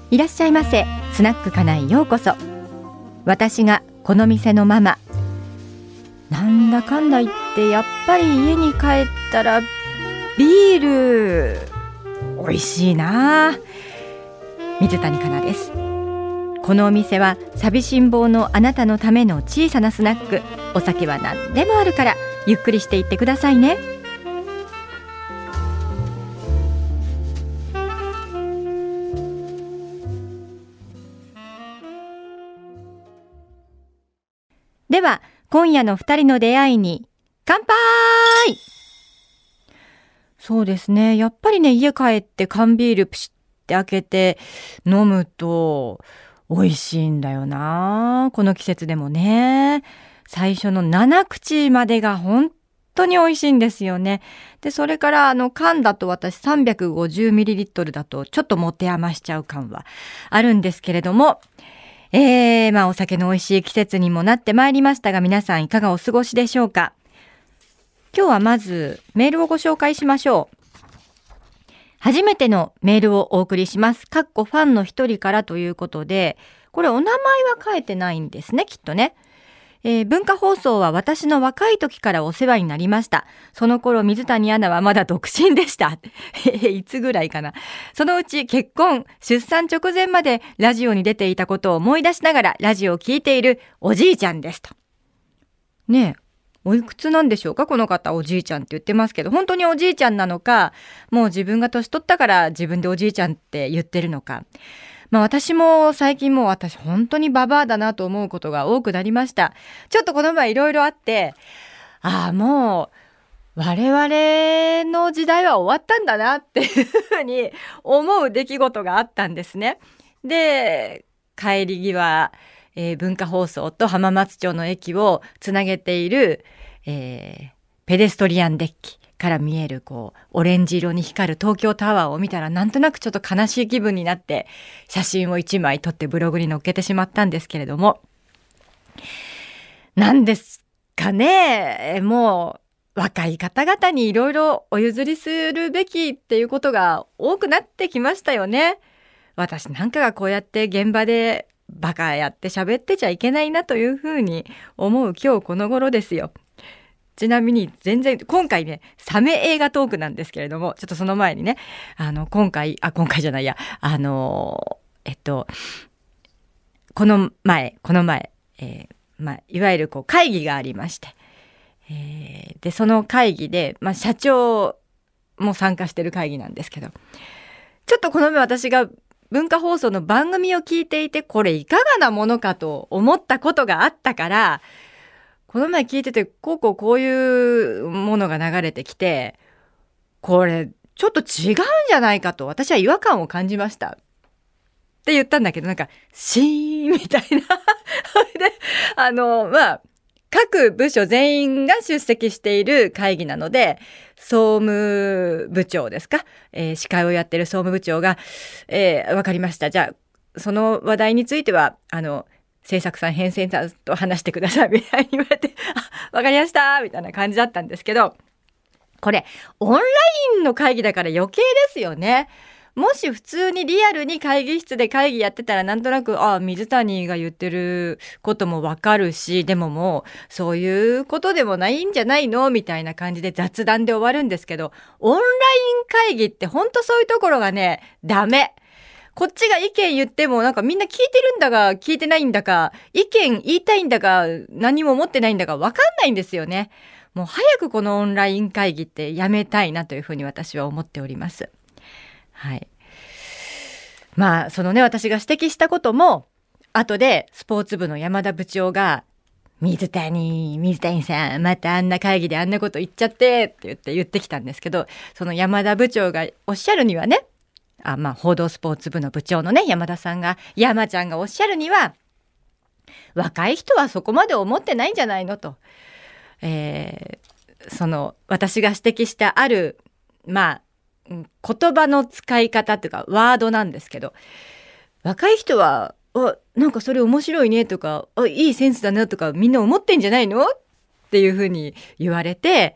いらっしゃいませ。スナックかなへようこそ。私がこの店のママ。なんだかんだ言ってやっぱり家に帰ったらビール美味しいな。水谷香奈です。このお店は寂しん坊のあなたのための小さなスナック。お酒は何でもあるからゆっくりしていってくださいね。では今夜の2人の出会いに乾杯。そうですね、やっぱりね、家帰って缶ビールプシュって開けて飲むと美味しいんだよな。この季節でもね、最初の7口までが本当に美味しいんですよね。でそれから缶だと私 350ml だとちょっと持て余しちゃう感はあるんですけれども、お酒の美味しい季節にもなってまいりましたが、皆さんいかがお過ごしでしょうか。今日はまずメールをご紹介しましょう。初めてのメールをお送りします。ファンの一人からということで、これお名前は書いてないんですね、きっとね。文化放送は私の若い時からお世話になりました。その頃水谷アナはまだ独身でした。いつぐらいかな。そのうち結婚、出産直前までラジオに出ていたことを思い出しながらラジオを聞いているおじいちゃんですと。ねえ、おいくつなんでしょうか、この方。おじいちゃんって言ってますけど、本当におじいちゃんなのか、もう自分が年取ったから自分でおじいちゃんって言ってるのか。私も最近私本当にババアだなと思うことが多くなりました。ちょっとこの前いろいろあって、もう我々の時代は終わったんだなっていうふうに思う出来事があったんですね。で、帰り際、文化放送と浜松町の駅をつなげている、ペデストリアンデッキから見えるオレンジ色に光る東京タワーを見たら、なんとなくちょっと悲しい気分になって写真を1枚撮ってブログに載っけてしまったんですけれども、なんですかね、もう若い方々にいろいろお譲りするべきっていうことが多くなってきましたよね。私なんかがこうやって現場でバカやって喋ってちゃいけないなというふうに思う今日この頃ですよ。ちなみに全然今回ね、サメ映画トークなんですけれども、ちょっとその前にね、今回じゃないや、この前、いわゆる会議がありまして、でその会議で、社長も参加してる会議なんですけど、ちょっとこの前私が文化放送の番組を聞いていて、これいかがなものかと思ったことがあったから、この前聞いててこういうものが流れてきて、これちょっと違うんじゃないかと私は違和感を感じましたって言ったんだけど、なんかシーンみたいなで各部署全員が出席している会議なので、総務部長ですか、司会をやってる総務部長が、わかりました、じゃあその話題については制作さん編成さんと話してくださいみたいに言われて、わかりましたみたいな感じだったんですけど、これオンラインの会議だから余計ですよね。もし普通にリアルに会議室で会議やってたら、なんとなく水谷が言ってることもわかるし、でももうそういうことでもないんじゃないのみたいな感じで雑談で終わるんですけど、オンライン会議ってほんとそういうところがね、ダメ。こっちが意見言ってもなんかみんな聞いてるんだか聞いてないんだか、意見言いたいんだか何も持ってないんだか分かんないんですよね。もう早くこのオンライン会議ってやめたいなというふうに私は思っております。はい。そのね、私が指摘したことも後でスポーツ部の山田部長が、水谷さんまたあんな会議であんなこと言っちゃってって言ってきたんですけど、その山田部長がおっしゃるにはね、報道スポーツ部の部長のね、山ちゃんがおっしゃるには、若い人はそこまで思ってないんじゃないのと、その私が指摘したある言葉の使い方というかワードなんですけど、若い人はなんかそれ面白いねとか、いいセンスだなとかみんな思ってんじゃないのっていうふうに言われて、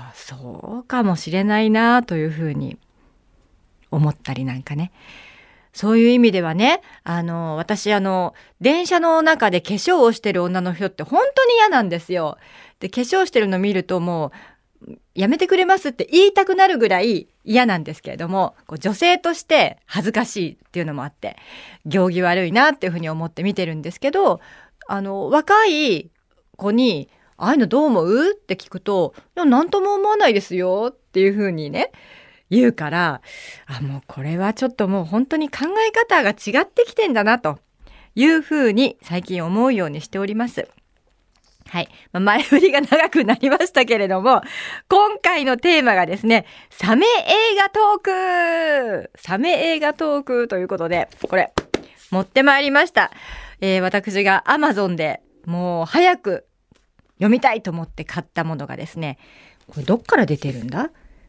そうかもしれないなというふうに思ったりなんかね。 そういう意味ではね、私電車の中で化粧をしてる女の人って本当に嫌なんですよ。で、化粧してるの見るともう、やめてくれますって言いたくなるぐらい嫌なんですけれども、こう女性として恥ずかしいっていうのもあって、行儀悪いなっていうふうに思って見てるんですけど、若い子に、ああいうのどう思うって聞くと、いや、なんとも思わないですよっていうふうにね、言うから、もうこれはちょっともう本当に考え方が違ってきてんだなというふうに最近思うようにしております。はい。前振りが長くなりましたけれども、今回のテーマがですね、サメ映画トークサメ映画トークということで、これ、持ってまいりました。私が Amazon でもう早く読みたいと思って買ったものがですね、これどっから出てるんだ？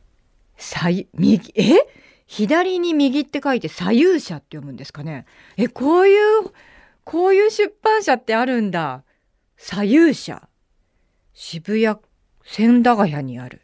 左に右って書いて左右者って読むんですかね。こういう出版社ってあるんだ。左右者。渋谷千駄ヶ谷にある。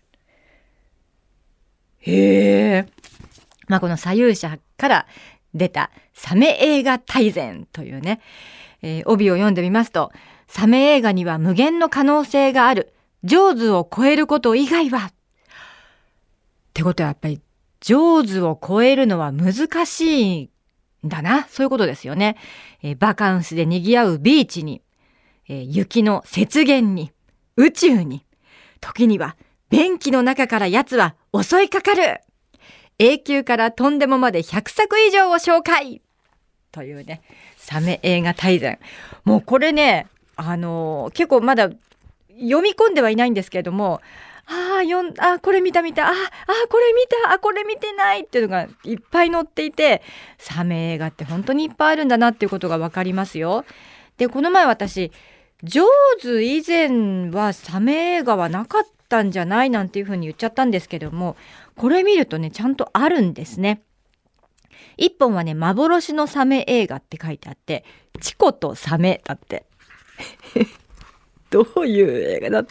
へえ。この左右者から出たサメ映画大全というね、帯を読んでみますと、サメ映画には無限の可能性がある。ジョーズを超えること以外は。ってことはやっぱりジョーズを超えるのは難しいんだな。そういうことですよね。バカンスで賑わうビーチに、雪の雪原に、宇宙に、時には便器の中から奴は襲いかかる。永久からとんでもまで100作以上を紹介というね、サメ映画大全。もうこれね、結構まだ読み込んではいないんですけれども、これ見た、これ見た、これ見てないっていうのがいっぱい載っていて、サメ映画って本当にいっぱいあるんだなっていうことがわかりますよ。で、この前私、ジョーズ以前はサメ映画はなかったんじゃないなんていうふうに言っちゃったんですけども、これ見るとね、ちゃんとあるんですね。一本はね、幻のサメ映画って書いてあって、チコとサメだって。どういう映画だった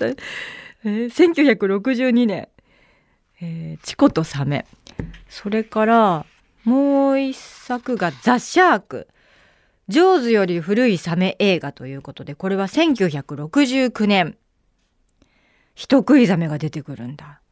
？1962年、チコとサメ。それからもう一作がザ・シャーク、ジョーズより古いサメ映画ということで、これは1969年、人食いザメが出てくるんだ。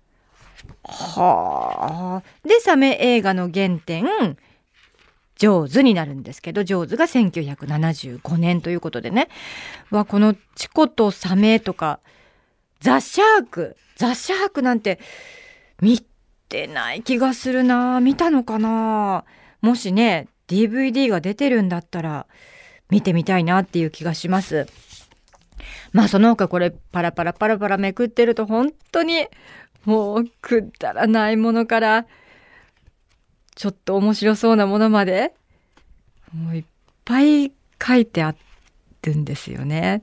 はあ。で、サメ映画の原点ジョーズになるんですけど、ジョーズが1975年ということでね、このチコとサメとかザ・シャークなんて見てない気がするな。見たのかな。もしね DVD が出てるんだったら見てみたいなっていう気がします。その他これパラパラめくってると本当にもうくだらないものからちょっと面白そうなものまでもういっぱい書いてあるんですよね。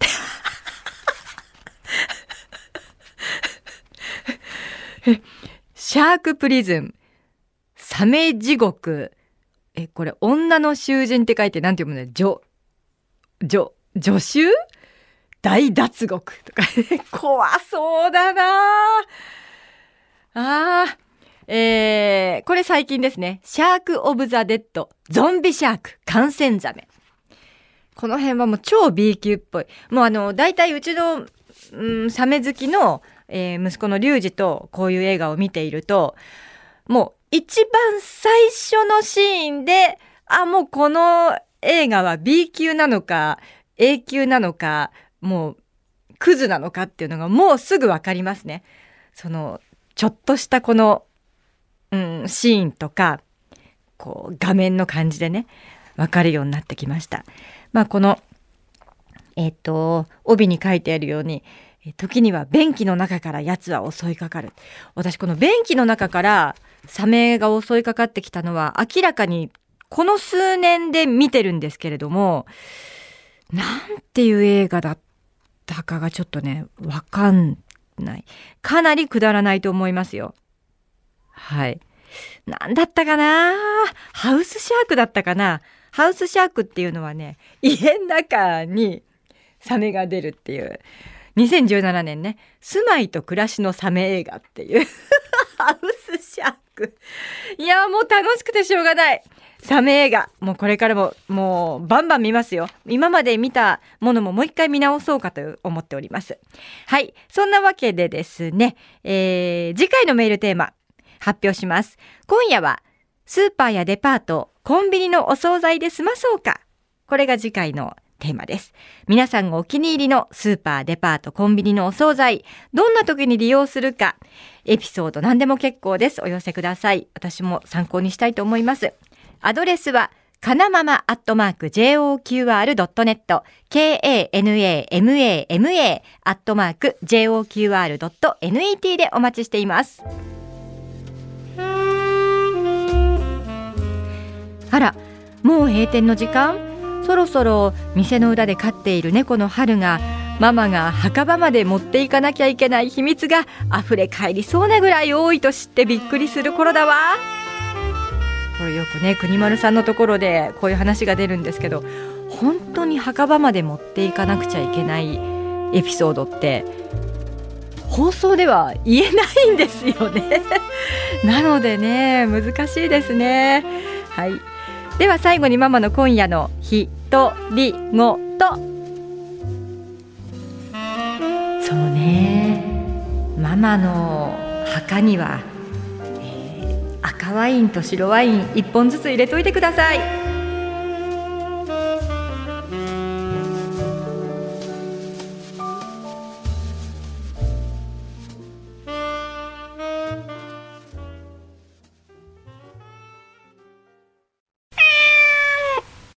シャークプリズン、サメ地獄、これ女の囚人って書いてなんて読むんだよ。助囚大脱獄とか、ね、怖そうだな。これ最近ですね。シャークオブザデッド、ゾンビシャーク、感染ザメ。この辺はもう超 B 級っぽい。もう大体うちの、サメ好きの、息子のリュウジとこういう映画を見ていると、もう一番最初のシーンで、もうこの映画は B 級なのか A 級なのか、もうクズなのかっていうのがもうすぐわかりますね。そのちょっとしたこの、シーンとかこう画面の感じでね、わかるようになってきました。この帯に書いてあるように、時には便器の中から奴は襲いかかる。私この便器の中からサメが襲いかかってきたのは明らかにこの数年で見てるんですけれども、なんていう映画だったかがちょっとねわかんない。かなりくだらないと思いますよ。はい。なんだったかな。ハウスシャークだったかな。ハウスシャークっていうのはね、家の中にサメが出るっていう。2017年ね、住まいと暮らしのサメ映画っていうハウスシャーク。いやもう楽しくてしょうがない。 サメ映画、もうこれからももうバンバン見ますよ。今まで見たものももう一回見直そうかと思っております。はい、そんなわけでですね、次回のメールテーマ発表します。今夜はスーパーやデパート、コンビニのお惣菜で済まそうか。これが次回のテーマです。皆さんがお気に入りのスーパー、デパート、コンビニのお惣菜、どんな時に利用するか、エピソード何でも結構です。お寄せください。私も参考にしたいと思います。アドレスはかなまま@joqr.net kanamama @joqr.net でお待ちしています。あら、もう閉店の時間？そろそろ店の裏で飼っている猫の春がママが墓場まで持っていかなきゃいけない秘密が溢れ返りそうなぐらい多いと知ってびっくりする頃だわ。これよくね、国丸さんのところでこういう話が出るんですけど、本当に墓場まで持っていかなくちゃいけないエピソードって放送では言えないんですよねなのでね、難しいですね。はい、では最後にママの今夜の独り言。そうね、ママの墓には赤ワインと白ワイン1本ずつ入れといてください。